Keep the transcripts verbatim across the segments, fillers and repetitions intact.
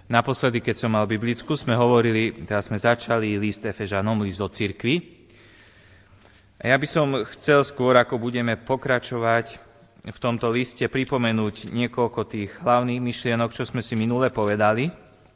Naposledy, keď som mal biblickú, sme hovorili, teraz sme začali list Efežanom, list do cirkvi. A ja by som chcel skôr, ako budeme pokračovať v tomto liste, pripomenúť niekoľko tých hlavných myšlienok, čo sme si minule povedali.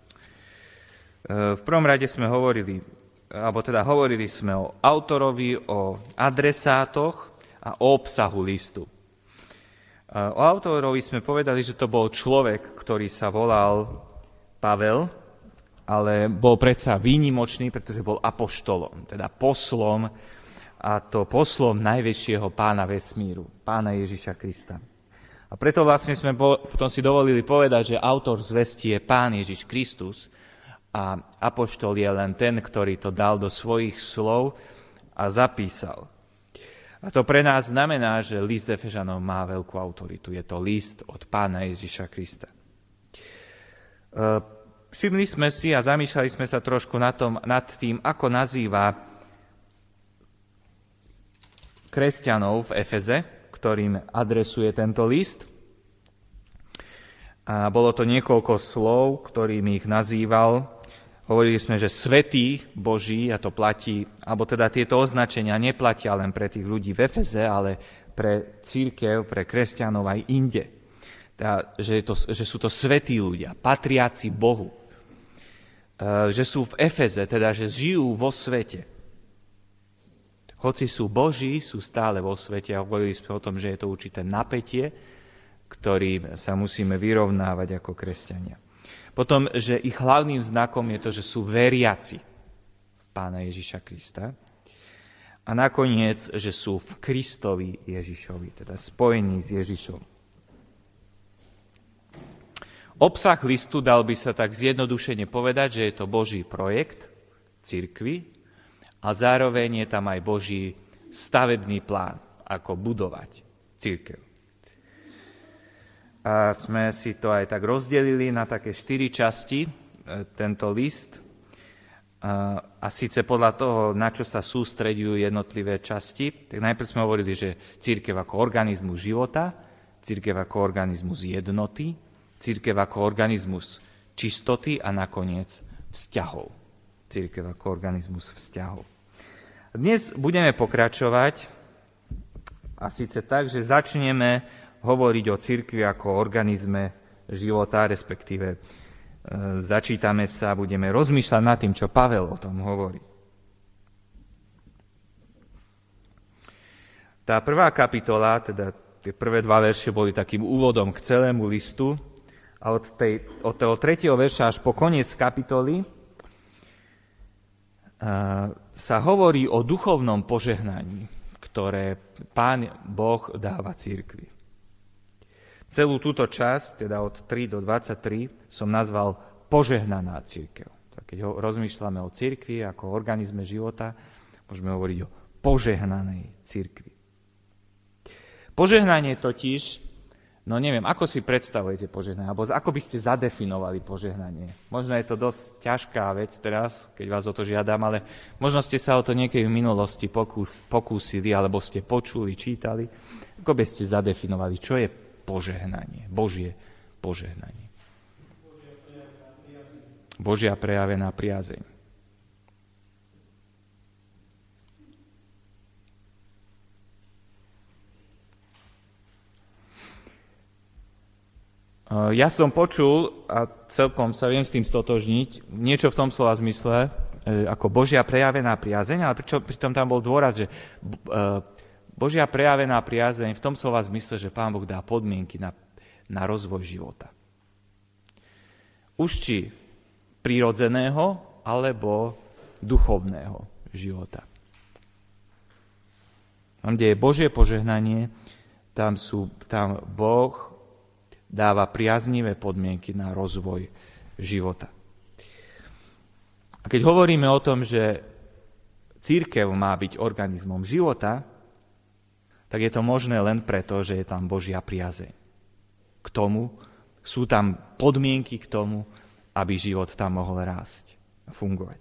V prvom rade sme hovorili, alebo teda hovorili sme o autorovi, o adresátoch a o obsahu listu. O autorovi sme povedali, že to bol človek, ktorý sa volal Pavel, ale bol predsa výnimočný, pretože bol apoštolom, teda poslom, a to poslom najväčšieho pána vesmíru, pána Ježiša Krista. A preto vlastne sme potom si dovolili povedať, že autor zvesti je pán Ježiš Kristus a apoštol je len ten, ktorý to dal do svojich slov a zapísal. A to pre nás znamená, že list Efežanom má veľkú autoritu. Je to list od pána Ježiša Krista. Všimli sme si a zamýšľali sme sa trošku nad, tom, nad tým, ako nazýva kresťanov v Efeze, ktorým adresuje tento list. A bolo to niekoľko slov, ktorými ich nazýval. Hovorili sme, že svätý Boží, a to platí, alebo teda tieto označenia neplatia len pre tých ľudí v Efeze, ale pre cirkev, pre kresťanov aj inde. Teda, že, je to, že sú to svätí ľudia, patriaci Bohu. E, že sú v Efeze, teda, že žijú vo svete. Hoci sú Boží, sú stále vo svete a hovorili sme o tom, že je to určité napätie, ktorým sa musíme vyrovnávať ako kresťania. Potom, že ich hlavným znakom je to, že sú veriaci v pána Ježiša Krista. A nakoniec, že sú v Kristovi Ježišovi, teda spojení s Ježišom. Obsah listu dal by sa tak zjednodušene povedať, že je to Boží projekt cirkvi a zároveň je tam aj Boží stavebný plán, ako budovať cirkev. A sme si to aj tak rozdelili na také štyri časti, tento list. A, a síce podľa toho, na čo sa sústreďujú jednotlivé časti. Tak najprv sme hovorili, že cirkev ako organizmus života, cirkev ako organizmus jednoty, cirkev ako organizmus čistoty a nakoniec vzťahov. Cirkev ako organizmus vzťahov. Dnes budeme pokračovať a síce tak, že začneme hovoriť o cirkvi ako organizme života, respektíve e, začítame sa, budeme rozmýšľať nad tým, čo Pavel o tom hovorí. Tá prvá kapitola, teda tie prvé dva verše boli takým úvodom k celému listu a od, tej, od toho tretieho verša až po koniec kapitoly e, sa hovorí o duchovnom požehnaní, ktoré Pán Boh dáva cirkvi. Celú túto časť, teda od tri do dvadsaťtri, som nazval požehnaná cirkev. Tak keď ho rozmýšľame o cirkvi ako organizme života, môžeme hovoriť o požehnanej cirkvi. Požehnanie totiž, no neviem, ako si predstavujete požehnanie, alebo ako by ste zadefinovali požehnanie. Možno je to dosť ťažká vec teraz, keď vás o to žiadam, ale možno ste sa o to niekedy v minulosti pokús, pokúsili, alebo ste počuli, čítali. Ako by ste zadefinovali, čo je požehnanie, Božie požehnanie. Božia prejavená priazeň. Ja som počul, a celkom sa viem s tým stotožniť, niečo v tom slova zmysle, ako Božia prejavená priazeň, ale pritom tam bol dôraz, že Božia prejavená priazeň v tom slova zmysle, že Pán Boh dá podmienky na, na rozvoj života. Už či prirodzeného, alebo duchovného života. Tam, kde je Božie požehnanie, tam, sú, tam Boh dáva priaznivé podmienky na rozvoj života. A keď hovoríme o tom, že cirkev má byť organizmom života, tak je to možné len preto, že je tam Božia priazeň. K tomu sú tam podmienky k tomu, aby život tam mohol rásť a fungovať.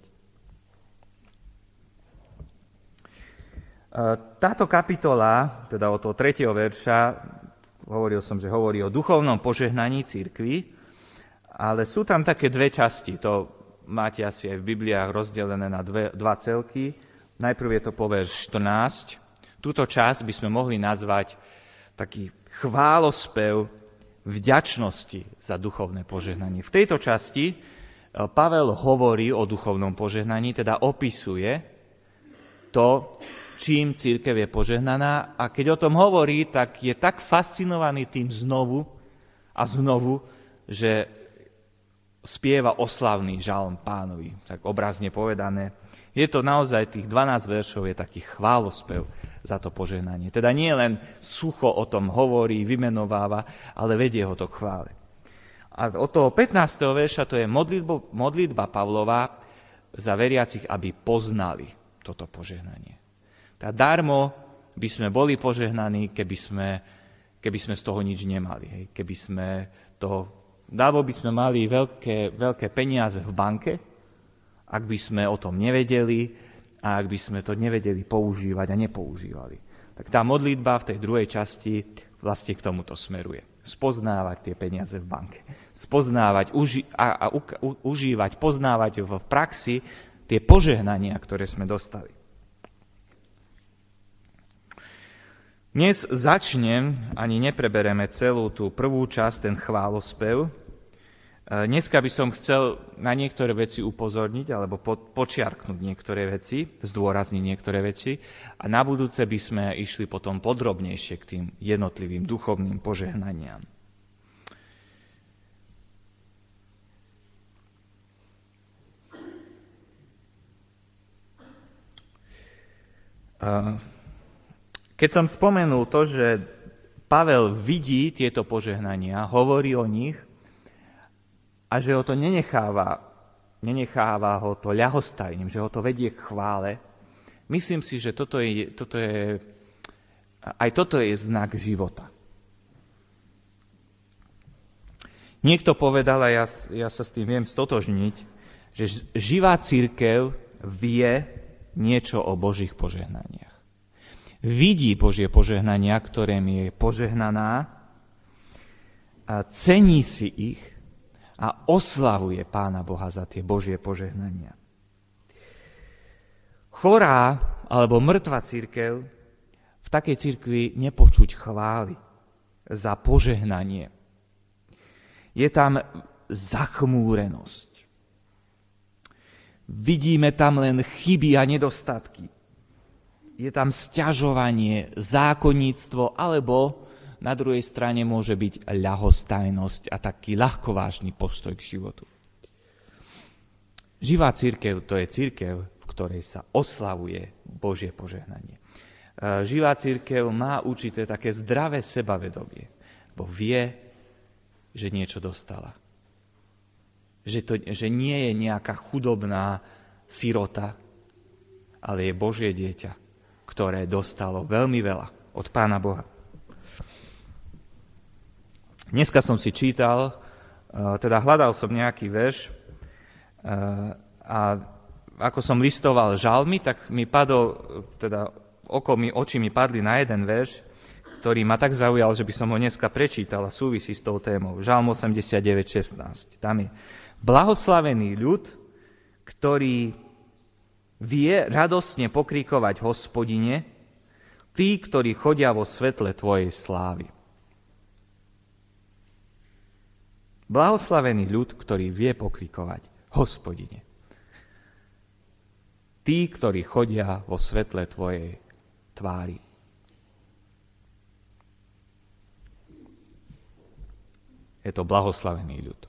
Táto kapitola, teda od toho tretieho verša, hovoril som, že hovorí o duchovnom požehnaní cirkvi Ale sú tam také dve časti, to máte asi aj v Bibliách rozdelené na dve, dva celky. Najprv je to po verš štrnásť. Túto časť by sme mohli nazvať taký chválospev vďačnosti za duchovné požehnanie. V tejto časti Pavel hovorí o duchovnom požehnaní, teda opisuje to, čím cirkev je požehnaná, a keď o tom hovorí, tak je tak fascinovaný tým znovu a znovu, že spieva oslavný žalm Pánovi, tak obrazne povedané. Je to naozaj, tých dvanásť veršov je taký chválospev za to požehnanie. Teda nie len sucho o tom hovorí, vymenováva, ale vedie ho to k chvále. A od toho pätnásteho verša to je modlitba, modlitba Pavlova za veriacich, aby poznali toto požehnanie. Tá darmo by sme boli požehnaní, keby sme, keby sme z toho nič nemali. Hej. Keby sme to, darmo by sme mali veľké, veľké peniaze v banke, ak by sme o tom nevedeli a ak by sme to nevedeli používať a nepoužívali. Tak tá modlitba v tej druhej časti vlastne k tomuto smeruje. Spoznávať tie peniaze v banke. Spoznávať uži- a, a u, u, užívať, poznávať v praxi tie požehnania, ktoré sme dostali. Dnes začnem, ani neprebereme celú tú prvú časť, ten chválospev. Dneska by som chcel na niektoré veci upozorniť, alebo po, počiarknúť niektoré veci, zdôrazniť niektoré veci, a na budúce by sme išli potom podrobnejšie k tým jednotlivým duchovným požehnaniam. Uh, Keď som spomenul to, že Pavel vidí tieto požehnania, hovorí o nich a že ho to nenecháva, nenecháva ho to ľahostajným, že ho to vedie k chvále, myslím si, že toto je, toto je, aj toto je znak života. Niekto povedal, a ja, ja sa s tým viem stotožniť, že živá cirkev vie niečo o Božích požehnaniach. Vidí Božie požehnania, ktorým je požehnaná, a cení si ich a oslavuje Pána Boha za tie Božie požehnania. Chorá alebo mŕtva cirkev, v takej cirkvi nepočuť chvály za požehnanie. Je tam zachmúrenosť. Vidíme tam len chyby a nedostatky. Je tam sťažovanie, zákonníctvo, alebo na druhej strane môže byť ľahostajnosť a taký ľahkovážny postoj k životu. Živá cirkev, to je cirkev, v ktorej sa oslavuje Božie požehnanie. Živá cirkev má určité také zdravé sebavedomie, bo vie, že niečo dostala. Že, to, že nie je nejaká chudobná sirota, ale je Božie dieťa, ktoré dostalo veľmi veľa od Pána Boha. Dneska som si čítal, teda hľadal som nejaký verš a ako som listoval žalmy, tak mi padol, teda oko mi, oči mi padli na jeden verš, ktorý ma tak zaujal, že by som ho dneska prečítal a súvisí s tou témou. Žalm osemdesiatdeväť šestnásť. Tam je: blahoslavený ľud, ktorý vie radostne pokrikovať Hospodine, tí, ktorí chodia vo svetle Tvojej slávy. Blahoslavený ľud, ktorý vie pokrikovať Hospodine. Tí, ktorí chodia vo svetle Tvojej tvári. Je to blahoslavený ľud.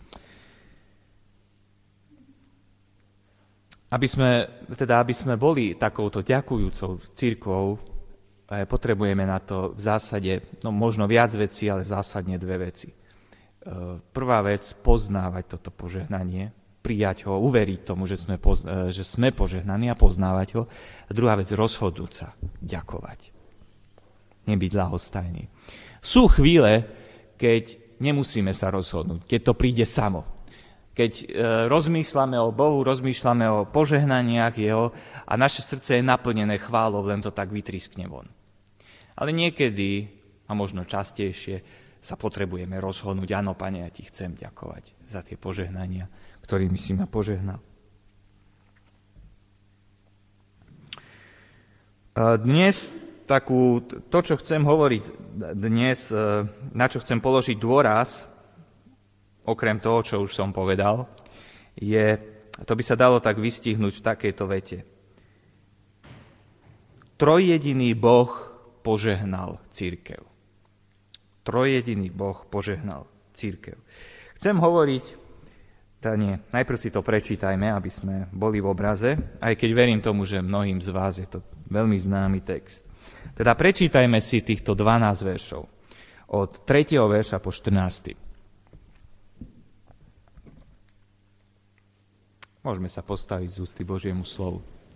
Aby sme, teda, aby sme boli takouto ďakujúcou cirkvou, potrebujeme na to v zásade, no možno viac vecí, ale zásadne dve veci. Prvá vec, poznávať toto požehnanie, prijať ho, uveriť tomu, že sme, pozna- že sme požehnaní a poznávať ho. A druhá vec, rozhodnúť sa, ďakovať. Nebyť ľahostajný. Sú chvíle, keď nemusíme sa rozhodnúť, keď to príde samo. Keď e, rozmýšľame o Bohu, rozmýšľame o požehnaniach Jeho a naše srdce je naplnené chválou, len to tak vytriskne von. Ale niekedy, a možno častejšie, sa potrebujeme rozhodnúť, áno, Pane, ja ti chcem ďakovať za tie požehnania, ktorými si ma požehnal. Dnes takú, to, čo chcem hovoriť dnes, na čo chcem položiť dôraz, okrem toho, čo už som povedal, je, to by sa dalo tak vystihnúť v takejto vete. Trojjediný Boh požehnal cirkev. Trojjediný Boh požehnal cirkev. Chcem hovoriť, tá nie, najprv si to prečítajme, aby sme boli v obraze, aj keď verím tomu, že mnohým z vás je to veľmi známy text. Teda prečítajme si týchto dvanásť veršov, od tretieho verša po štrnásty. Môžeme sa postaviť z ústy Božiemu slovu.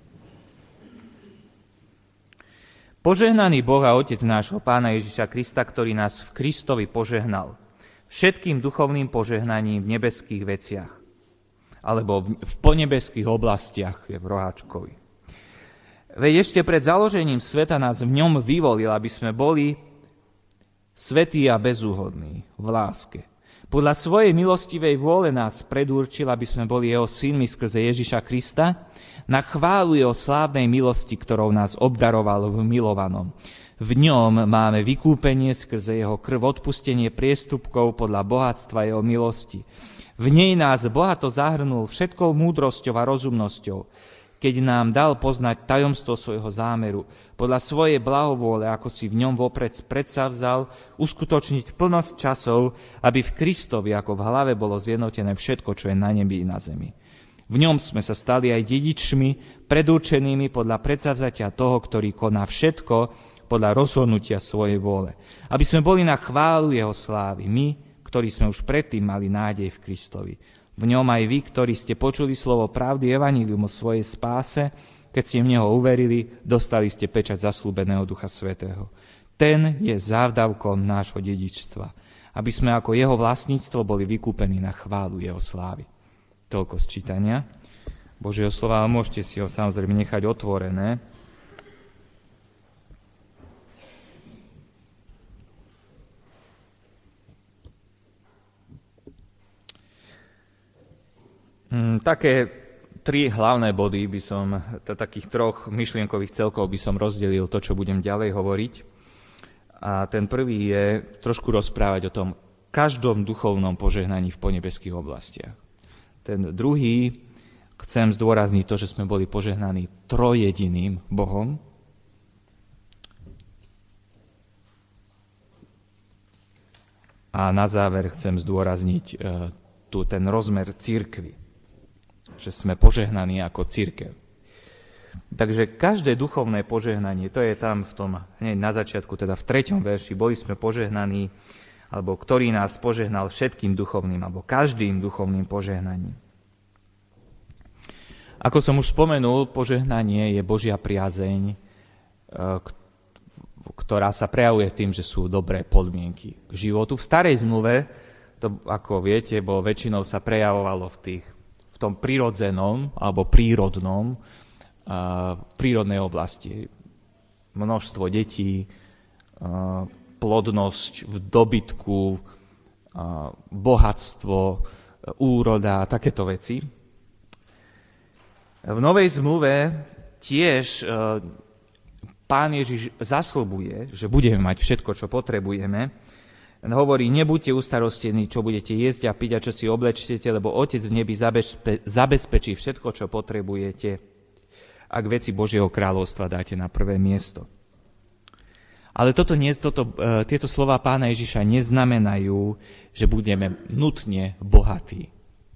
Požehnaný Boh a Otec nášho Pána Ježiša Krista, ktorý nás v Kristovi požehnal, všetkým duchovným požehnaním v nebeských veciach, alebo v ponebeských oblastiach, je v roháčkovi. Veď ešte pred založením sveta nás v ňom vyvolil, aby sme boli svätí a bezúhodní v láske. Podľa svojej milostivej vôle nás predurčil, aby sme boli jeho synmi skrze Ježiša Krista, na chválu jeho slávnej milosti, ktorou nás obdaroval v milovanom. V ňom máme vykúpenie skrze jeho krv, odpustenie priestupkov podľa bohatstva jeho milosti. V nej nás bohato zahrnul všetkou múdrosťou a rozumnosťou, keď nám dal poznať tajomstvo svojho zámeru, podľa svojej blahovôle, ako si v ňom vopred predsavzal, uskutočniť plnosť časov, aby v Kristovi ako v hlave bolo zjednotené všetko, čo je na nebi i na zemi. V ňom sme sa stali aj dedičmi, predurčenými podľa predsavzatia toho, ktorý koná všetko podľa rozhodnutia svojej vôle. Aby sme boli na chválu jeho slávy, my, ktorí sme už predtým mali nádej v Kristovi. V ňom aj vy, ktorí ste počuli slovo pravdy evanjelium o svojej spáse, keď ste v neho uverili, dostali ste pečať zasľúbeného Ducha Svätého. Ten je závdavkom nášho dedičstva, aby sme ako jeho vlastníctvo boli vykúpení na chválu jeho slávy. Toľko z čítania Božieho slova, ale môžete si ho samozrejme nechať otvorené. Také tri hlavné body by som, takých troch myšlienkových celkov by som rozdelil to, čo budem ďalej hovoriť. A ten prvý je trošku rozprávať o tom každom duchovnom požehnaní v ponebeských oblastiach. Ten druhý chcem zdôrazniť to, že sme boli požehnaní trojjediným Bohom. A na záver chcem zdôrazniť e, tu ten rozmer cirkvi, že sme požehnaní ako cirkev. Takže každé duchovné požehnanie, to je tam v tom, hneď na začiatku, teda v treťom verši, boli sme požehnaní, alebo ktorý nás požehnal všetkým duchovným, alebo každým duchovným požehnaním. Ako som už spomenul, požehnanie je Božia priazeň, ktorá sa prejavuje tým, že sú dobré podmienky k životu. V starej zmluve, to ako viete, bolo väčšinou sa prejavovalo v tých v tom prírodzenom alebo prírodnom, uh, prírodnej oblasti. Množstvo detí, uh, plodnosť v dobytku, uh, bohatstvo, uh, úroda, takéto veci. V Novej zmluve tiež uh, Pán Ježiš zasľubuje, že budeme mať všetko, čo potrebujeme. Hovorí, nebuďte ustarostení, čo budete jesť a piť a čo si oblečtete, lebo Otec v nebi zabezpe- zabezpečí všetko, čo potrebujete, ak veci Božieho kráľovstva dáte na prvé miesto. Ale toto, nie, toto, tieto slová Pána Ježiša neznamenajú, že budeme nutne bohatí,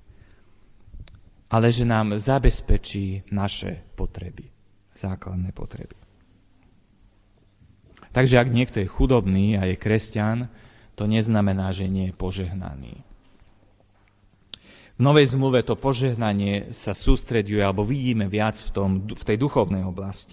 ale že nám zabezpečí naše potreby, základné potreby. Takže ak niekto je chudobný a je kresťan, to neznamená, že nie je požehnaný. V Novej zmluve to požehnanie sa sústreďuje, alebo vidíme viac v, tom, v tej duchovnej oblasti.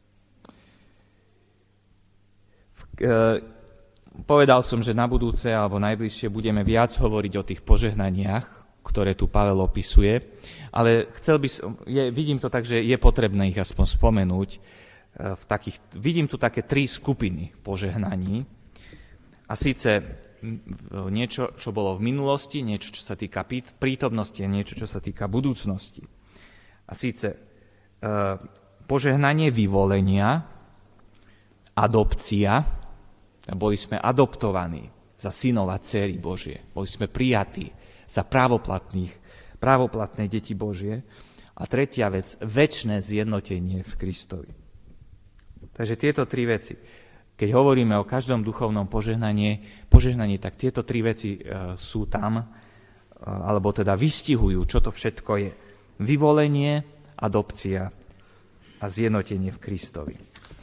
Povedal som, že na budúce alebo najbližšie budeme viac hovoriť o tých požehnaniach, ktoré tu Pavel opisuje, ale chcel by som, je, vidím to tak, že je potrebné ich aspoň spomenúť. V takých, vidím tu také tri skupiny požehnaní. A síce niečo, čo bolo v minulosti, niečo, čo sa týka prítomnosti a niečo, čo sa týka budúcnosti. A síce požehnanie vyvolenia, adopcia, boli sme adoptovaní za synov a dcéry Božie, boli sme prijatí za právoplatných, právoplatné deti Božie. A tretia vec, večné zjednotenie v Kristovi. Takže tieto tri veci. Keď hovoríme o každom duchovnom požehnaní, požehnaní, tak tieto tri veci e, sú tam, e, alebo teda vystihujú, čo to všetko je. Vyvolenie, adopcia a zjednotenie v Kristovi.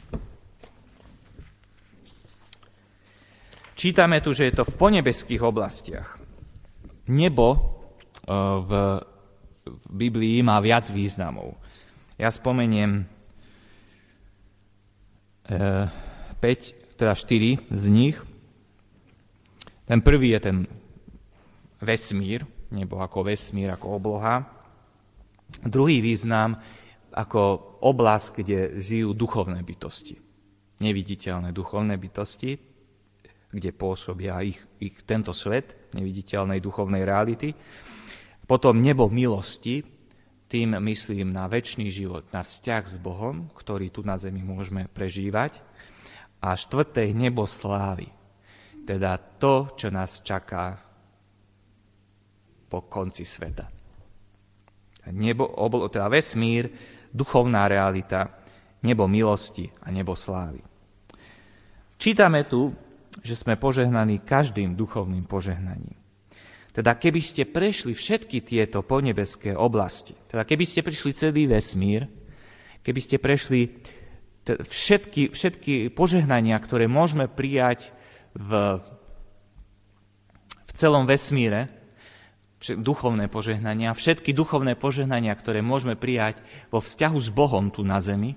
Čítame tu, že je to v ponebeských oblastiach. Nebo e, v v Biblii má viac významov. Ja spomeniem e, päť, teda štyri z nich. Ten prvý je ten vesmír, nebo ako vesmír, ako obloha. Druhý význam ako oblasť, kde žijú duchovné bytosti. Neviditeľné duchovné bytosti, kde pôsobia ich, ich tento svet neviditeľnej duchovnej reality. Potom nebo milosti, tým myslím na večný život, na vzťah s Bohom, ktorý tu na zemi môžeme prežívať. A štvrté nebo slávy, teda to, čo nás čaká po konci sveta. Nebo, oblo, teda vesmír, duchovná realita, nebo milosti a nebo slávy. Čítame tu, že sme požehnaní každým duchovným požehnaním. Teda keby ste prešli všetky tieto ponebeské oblasti, teda keby ste prešli celý vesmír, keby ste prešli všetky, všetky požehnania, ktoré môžeme prijať v, v celom vesmíre, duchovné požehnania, všetky duchovné požehnania, ktoré môžeme prijať vo vzťahu s Bohom tu na zemi,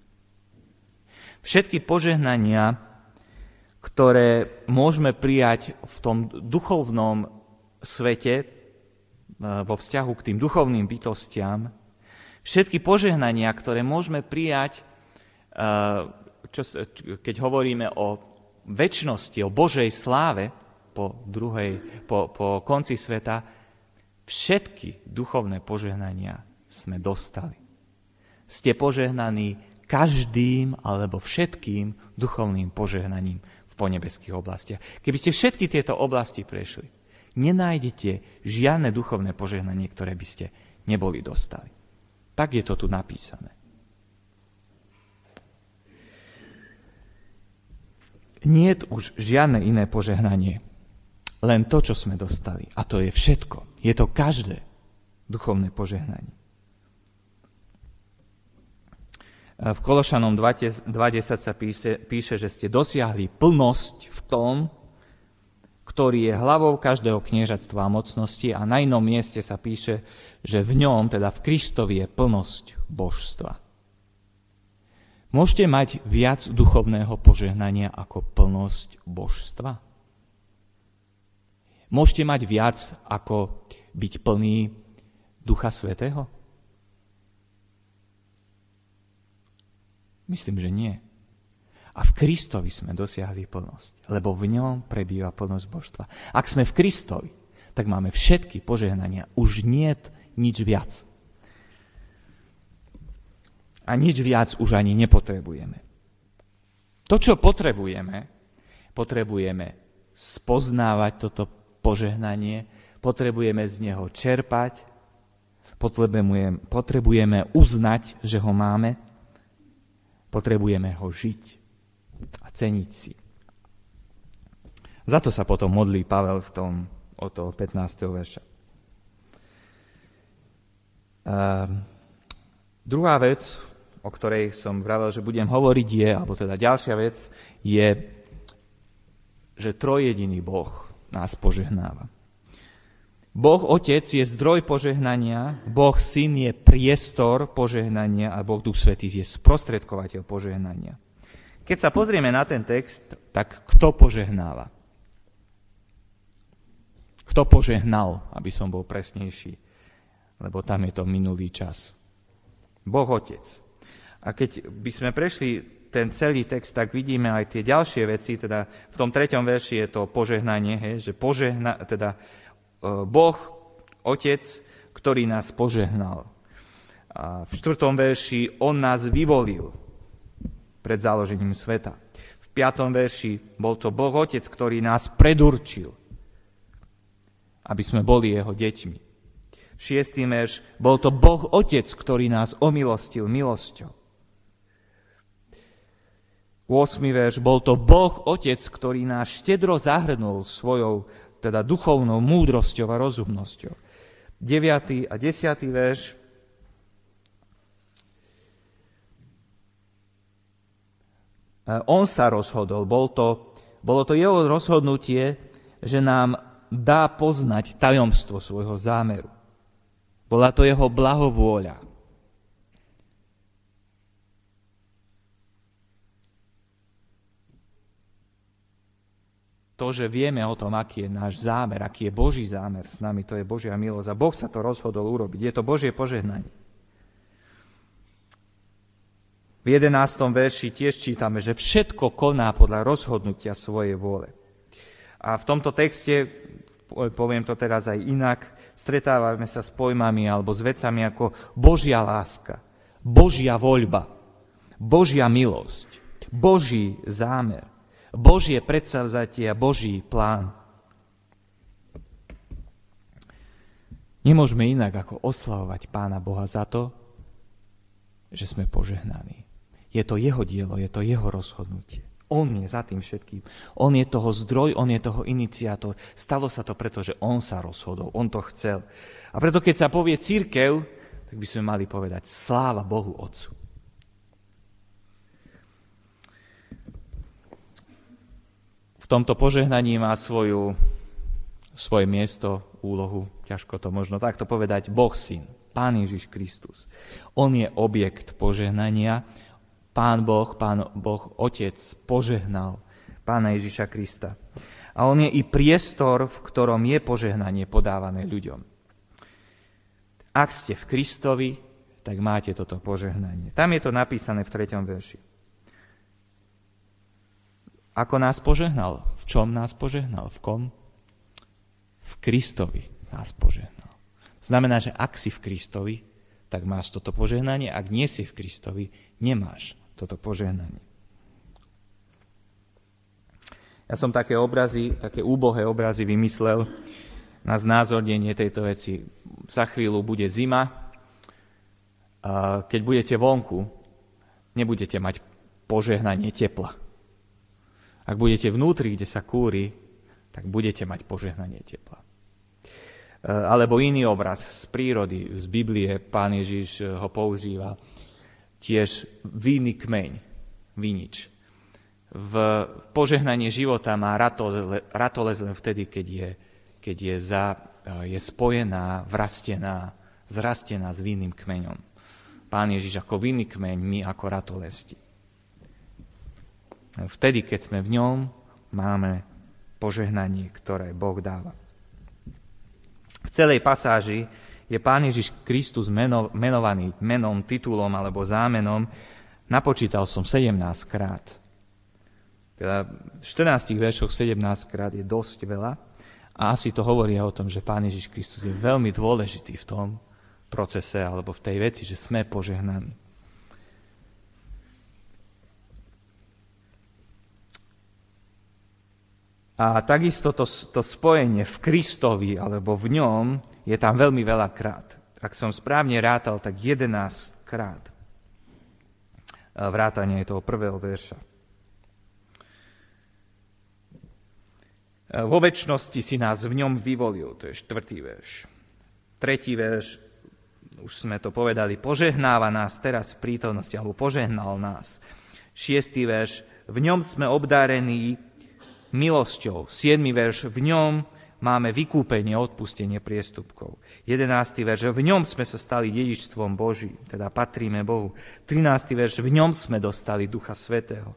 všetky požehnania, ktoré môžeme prijať v tom duchovnom svete, vo vzťahu k tým duchovným bytostiam, všetky požehnania, ktoré môžeme prijať, čo, keď hovoríme o večnosti, o Božej sláve po, druhej, po, po konci sveta, všetky duchovné požehnania sme dostali. Ste požehnaní každým alebo všetkým duchovným požehnaním v ponebeských oblastiach. Keby ste všetky tieto oblasti prešli, nenájdete žiadne duchovné požehnanie, ktoré by ste neboli dostali. Tak je to tu napísané. Nie je už žiadne iné požehnanie, len to, čo sme dostali. A to je všetko. Je to každé duchovné požehnanie. V Kološanom dva desať sa píše, píše, že ste dosiahli plnosť v tom, ktorý je hlavou každého kniežatstva a mocnosti, a na inom mieste sa píše, že v ňom, teda v Kristovi, je plnosť božstva. Môžete mať viac duchovného požehnania ako plnosť božstva? Môžete mať viac ako byť plný Ducha Svätého? Myslím, že nie. A v Kristovi sme dosiahli plnosť, lebo v ňom prebýva plnosť božstva. Ak sme v Kristovi, tak máme všetky požehnania. Už niet nič viac. A nič viac už ani nepotrebujeme. To, čo potrebujeme, potrebujeme spoznávať toto požehnanie, potrebujeme z neho čerpať, potrebujeme, potrebujeme uznať, že ho máme, potrebujeme ho žiť a ceniť si. Za to sa potom modlí Pavel v tom od toho pätnásteho verša. Uh, druhá vec, o ktorej som vravel, že budem hovoriť, je, alebo teda ďalšia vec, je, že trojjediný Boh nás požehnáva. Boh Otec je zdroj požehnania, Boh Syn je priestor požehnania a Boh Duch Svätý je sprostredkovateľ požehnania. Keď sa pozrieme na ten text, tak kto požehnáva? Kto požehnal, aby som bol presnejší, lebo tam je to minulý čas. Boh Otec. A keď by sme prešli ten celý text, tak vidíme aj tie ďalšie veci, teda v tom treťom verši je to požehnanie, hej, že požehna, teda Boh, Otec, ktorý nás požehnal. A v štvrtom verši on nás vyvolil pred založením sveta. V piatom verši bol to Boh Otec, ktorý nás predurčil, aby sme boli jeho deťmi. Šiestý verš, bol to Boh Otec, ktorý nás omilostil milosťou. Ôsmy verš, bol to Boh Otec, ktorý nás štedro zahrnul svojou, teda duchovnou múdrosťou a rozumnosťou. Deviatý a desiatý verš, on sa rozhodol, bol to, bolo to jeho rozhodnutie, že nám dá poznať tajomstvo svojho zámeru. Bola to jeho blahovôľa. To, že vieme o tom, aký je náš zámer, aký je Boží zámer s nami, to je Božia milosť. A Boh sa to rozhodol urobiť. Je to Božie požehnanie. V jedenástom verši tiež čítame, že všetko koná podľa rozhodnutia svojej vôle. A v tomto texte, poviem to teraz aj inak, stretávame sa s pojmami alebo s vecami ako Božia láska, Božia voľba, Božia milosť, Boží zámer, Božie predsavzatie a Boží plán. Nemôžeme inak ako oslavovať Pána Boha za to, že sme požehnaní. Je to jeho dielo, je to jeho rozhodnutie. On je za tým všetkým. On je toho zdroj, on je toho iniciátor. Stalo sa to preto, že on sa rozhodol, on to chcel. A preto, keď sa povie cirkev, tak by sme mali povedať sláva Bohu Otcu. V tomto požehnaní má svoju, svoje miesto, úlohu, ťažko to možno takto povedať, Boh Syn, Pán Ježiš Kristus. On je objekt požehnania. Pán Boh, Pán Boh Otec požehnal Pána Ježiša Krista. A on je i priestor, v ktorom je požehnanie podávané ľuďom. Ak ste v Kristovi, tak máte toto požehnanie. Tam je to napísané v treťom verši. Ako nás požehnal? V čom nás požehnal? V kom? V Kristovi nás požehnal. Znamená, že ak si v Kristovi, tak máš toto požehnanie. Ak nie si v Kristovi, nemáš toto požehnanie. Ja som také obrazy, také úbohé obrazy vymyslel na znázornenie tejto veci. Za chvíľu bude zima. A keď budete vonku, nebudete mať požehnanie tepla. Ak budete vnútri, kde sa kúri, tak budete mať požehnanie tepla. Alebo iný obraz z prírody, z Biblie, Pán Ježiš ho používa. Tiež vinný kmeň, vinič. V požehnanie života má ratolesť len vtedy, keď je, keď je, za, je spojená, vrastená, zrastená s vinným kmeňom. Pán Ježiš ako vinný kmeň, my ako ratolesti. Vtedy, keď sme v ňom, máme požehnanie, ktoré Boh dáva. V celej pasáži je Pán Ježiš Kristus meno, menovaný menom, titulom alebo zámenom. Napočítal som sedemnásť krát. Teda v štrnástich veršoch sedemnásť krát je dosť veľa a asi to hovorí o tom, že Pán Ježiš Kristus je veľmi dôležitý v tom procese alebo v tej veci, že sme požehnaní. A takisto to, to spojenie v Kristovi alebo v ňom je tam veľmi veľa krát. Ak som správne rátal, tak jedenásť krát. Vrátanie toho prvého verša. Vo večnosti si nás v ňom vyvolil, to je štvrtý verš. Tretí verš, už sme to povedali, požehnáva nás teraz v prítomnosti, alebo požehnal nás. Šiestý verš, v ňom sme obdarení milosťou. Siedmy verš, v ňom máme vykúpenie, odpustenie priestupkov. Jedenásty verš, v ňom sme sa stali dedičstvom Boží, teda patríme Bohu. Trinásty verš, v ňom sme dostali Ducha Svätého.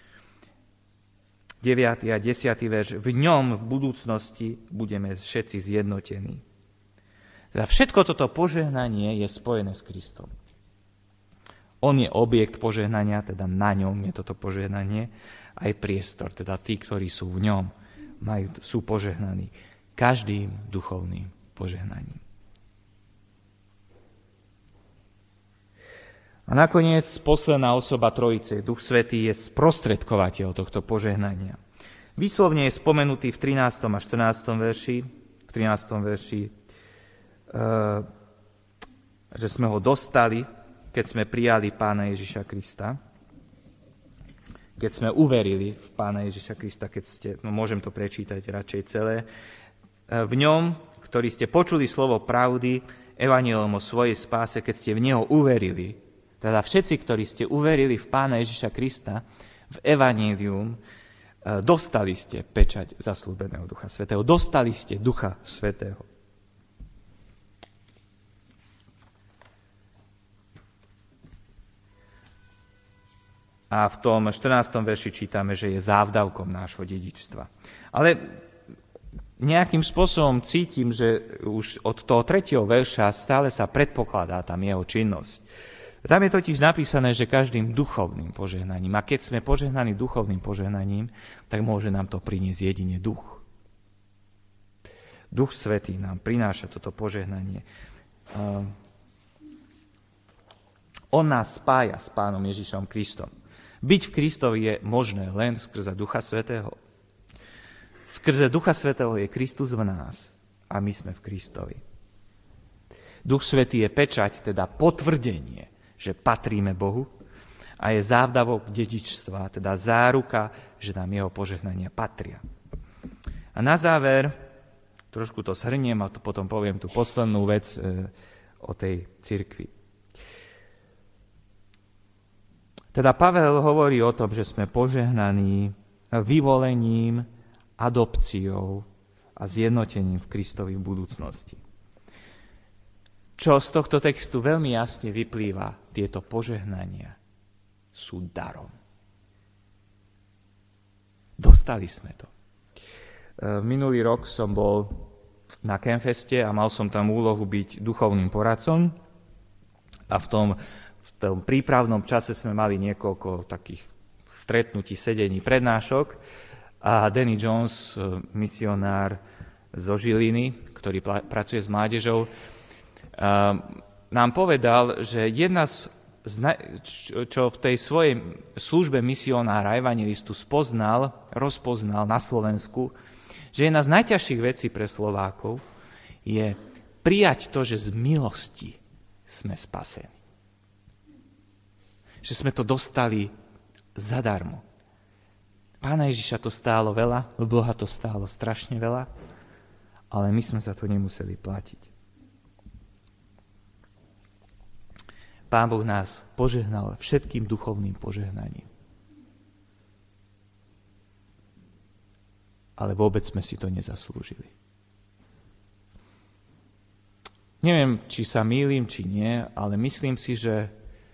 Deviatý a desiatý verš, v ňom v budúcnosti budeme všetci zjednotení. Teda všetko toto požehnanie je spojené s Kristom. On je objekt požehnania, teda na ňom je toto požehnanie, aj priestor, teda tí, ktorí sú v ňom, majú, sú požehnaní každým duchovným požehnaním. A nakoniec posledná osoba Trojice, Duch Svätý, je sprostredkovateľ tohto požehnania. Výslovne je spomenutý v trinástom a štrnástom verši, v trinástom verši, že sme ho dostali, keď sme prijali Pána Ježiša Krista, keď sme uverili v Pána Ježiša Krista, keď ste, no môžem to prečítať radšej celé, v ňom, ktorý ste počuli slovo pravdy, evanjelium o svojej spáse, keď ste v neho uverili. Teda všetci, ktorí ste uverili v Pána Ježiša Krista, v evanjelium, dostali ste pečať zasľúbeného Ducha Svätého. Dostali ste Ducha Svätého. A v tom štrnástom verši čítame, že je závdavkom nášho dedičstva. Ale nejakým spôsobom cítim, že už od toho tretieho verša stále sa predpokladá tam jeho činnosť. Tam je totiž napísané, že každým duchovným požehnaním, a keď sme požehnaní duchovným požehnaním, tak môže nám to priniesť jedine duch. Duch Svätý nám prináša toto požehnanie. On nás spája s Pánom Ježišom Kristom. Byť v Kristovi je možné len skrze Ducha Svätého. Skrze Ducha Svätého je Kristus v nás a my sme v Kristovi. Duch Svätý je pečať, teda potvrdenie, že patríme Bohu a je závdavok dedičstva, teda záruka, že nám jeho požehnania patria. A na záver, trošku to shrniem a to potom poviem tú poslednú vec e, o tej cirkvi. Teda Pavel hovorí o tom, že sme požehnaní vyvolením, adopciou a zjednotením v Kristovi v budúcnosti. Čo z tohto textu veľmi jasne vyplýva, tieto požehnania sú darom. Dostali sme to. Minulý rok som bol na Campfeste a mal som tam úlohu byť duchovným poradcom a v tom, v tom prípravnom čase sme mali niekoľko takých stretnutí, sedení, prednášok a Danny Jones, misionár zo Žiliny, ktorý pracuje s mládežou, nám povedal, že jedna z, čo v tej svojej službe misionára, evangelistu spoznal, rozpoznal na Slovensku, že jedna z najťažších vecí pre Slovákov je prijať to, že z milosti sme spasení. Že sme to dostali zadarmo. Pána Ježiša to stálo veľa, Boha to stálo strašne veľa, ale my sme za to nemuseli platiť. Pán Boh nás požehnal všetkým duchovným požehnaním. Ale vôbec sme si to nezaslúžili. Neviem, či sa mýlim, či nie, ale myslím si, že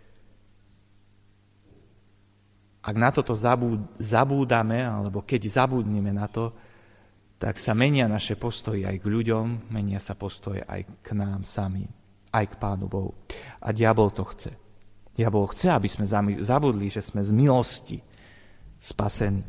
ak na toto zabúdame, alebo keď zabúdneme na to, tak sa menia naše postoje aj k ľuďom, menia sa postoje aj k nám samým, aj k Pánu Bohu. A diabol to chce. Diabol chce, aby sme zabudli, že sme z milosti spasení.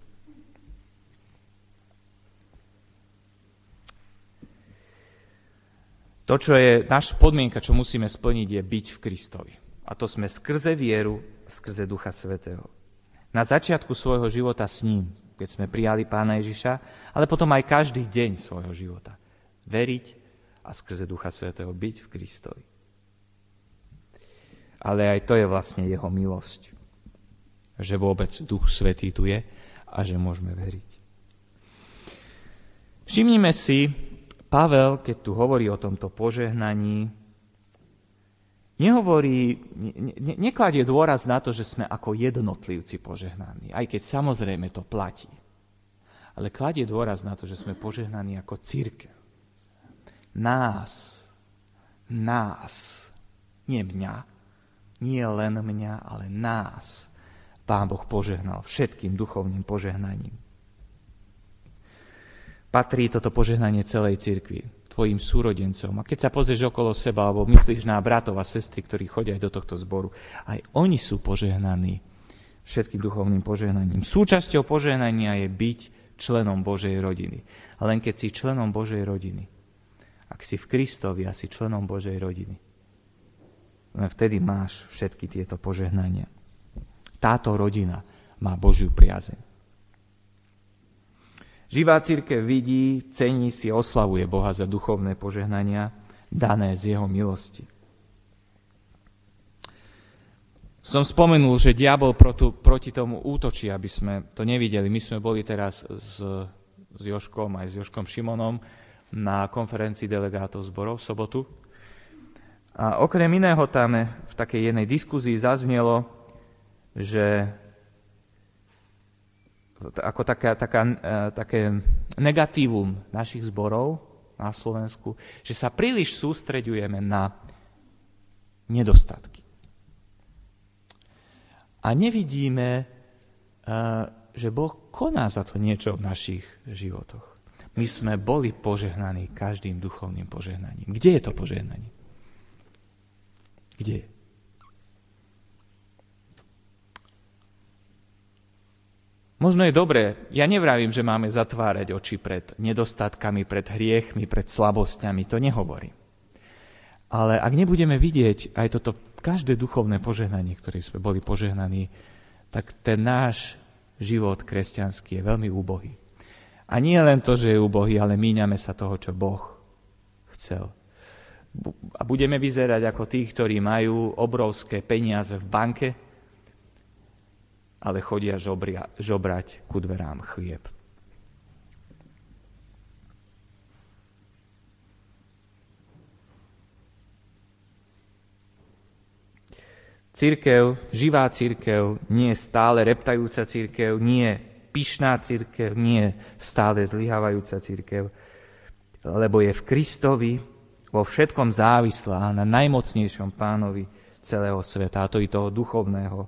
To, čo je naša podmienka, čo musíme splniť, je byť v Kristovi. A to sme skrze vieru, skrze Ducha Svätého. Na začiatku svojho života s ním, keď sme prijali Pána Ježiša, ale potom aj každý deň svojho života. Veriť a skrze Ducha Svätého byť v Kristovi. Ale aj to je vlastne jeho milosť. Že vôbec Duch Svätý tu je a že môžeme veriť. Všimnime si, Pavel, keď tu hovorí o tomto požehnaní, nehovorí, ne, ne, nekladie dôraz na to, že sme ako jednotlivci požehnaní, aj keď samozrejme to platí. Ale kladie dôraz na to, že sme požehnaní ako cirkev. Nás, nás, nie mňa, nie len mňa, ale nás Pán Boh požehnal všetkým duchovným požehnaním. Patrí toto požehnanie celej cirkvi. tvojim súrodencom. A keď sa pozrieš okolo seba, alebo myslíš na bratov a sestry, ktorí chodia aj do tohto zboru, aj oni sú požehnaní všetkým duchovným požehnaním. Súčasťou požehnania je byť členom Božej rodiny. A len keď si členom Božej rodiny, ak si v Kristovi a si členom Božej rodiny, len vtedy máš všetky tieto požehnania. Táto rodina má Božiu priazeň. Živá cirkev vidí, cení si, oslavuje Boha za duchovné požehnania dané z jeho milosti. Som spomenul, že diabol proti, proti tomu útočí, aby sme to nevideli. My sme boli teraz s, s Jožkom, aj s Jožkom Šimonom na konferencii delegátov zborov v sobotu. A okrem iného tam v takej jednej diskuzii zaznelo, že ako taká, taká, také negatívum našich zborov na Slovensku, že sa príliš sústreďujeme na nedostatky. A nevidíme, že Boh koná za to niečo v našich životoch. My sme boli požehnaní každým duchovným požehnaním. Kde je to požehnanie? Kde je? Možno je dobré, ja nevravím, že máme zatvárať oči pred nedostatkami, pred hriechmi, pred slabosťami, to nehovorím. Ale ak nebudeme vidieť aj toto každé duchovné požehnanie, ktoré sme boli požehnaní, tak ten náš život kresťanský je veľmi úbohý. A nie len to, že je úbohý, ale míňame sa toho, čo Boh chcel. A budeme vyzerať ako tí, ktorí majú obrovské peniaze v banke, ale chodia žobria, žobrať ku dverám chlieb. Cirkev, živá cirkev, nie je stále reptajúca cirkev, nie je pyšná cirkev, nie je stále zlyhávajúca cirkev, lebo je v Kristovi vo všetkom závislá na najmocnejšom Pánovi celého sveta, a to i toho duchovného,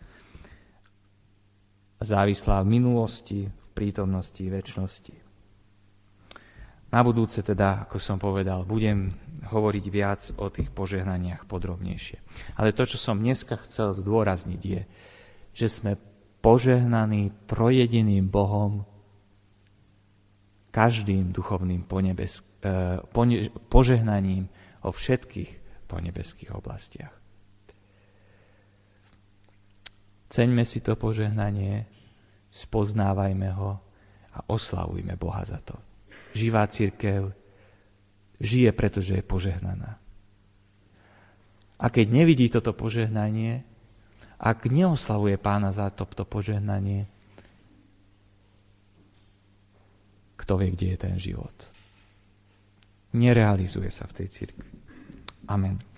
závislá v minulosti, v prítomnosti, v večnosti. Na budúce teda, ako som povedal, budem hovoriť viac o tých požehnaniach podrobnejšie. Ale to, čo som dneska chcel zdôrazniť, je, že sme požehnaní trojediným Bohom každým duchovným ponebesk- pone- požehnaním o všetkých ponebeských oblastiach. Ceňme si to požehnanie, spoznávajme ho a oslavujme Boha za to. Živá cirkev žije, pretože je požehnaná. A keď nevidí toto požehnanie, ak neoslavuje Pána za toto požehnanie, kto vie, kde je ten život. Nerealizuje sa v tej cirkvi. Amen.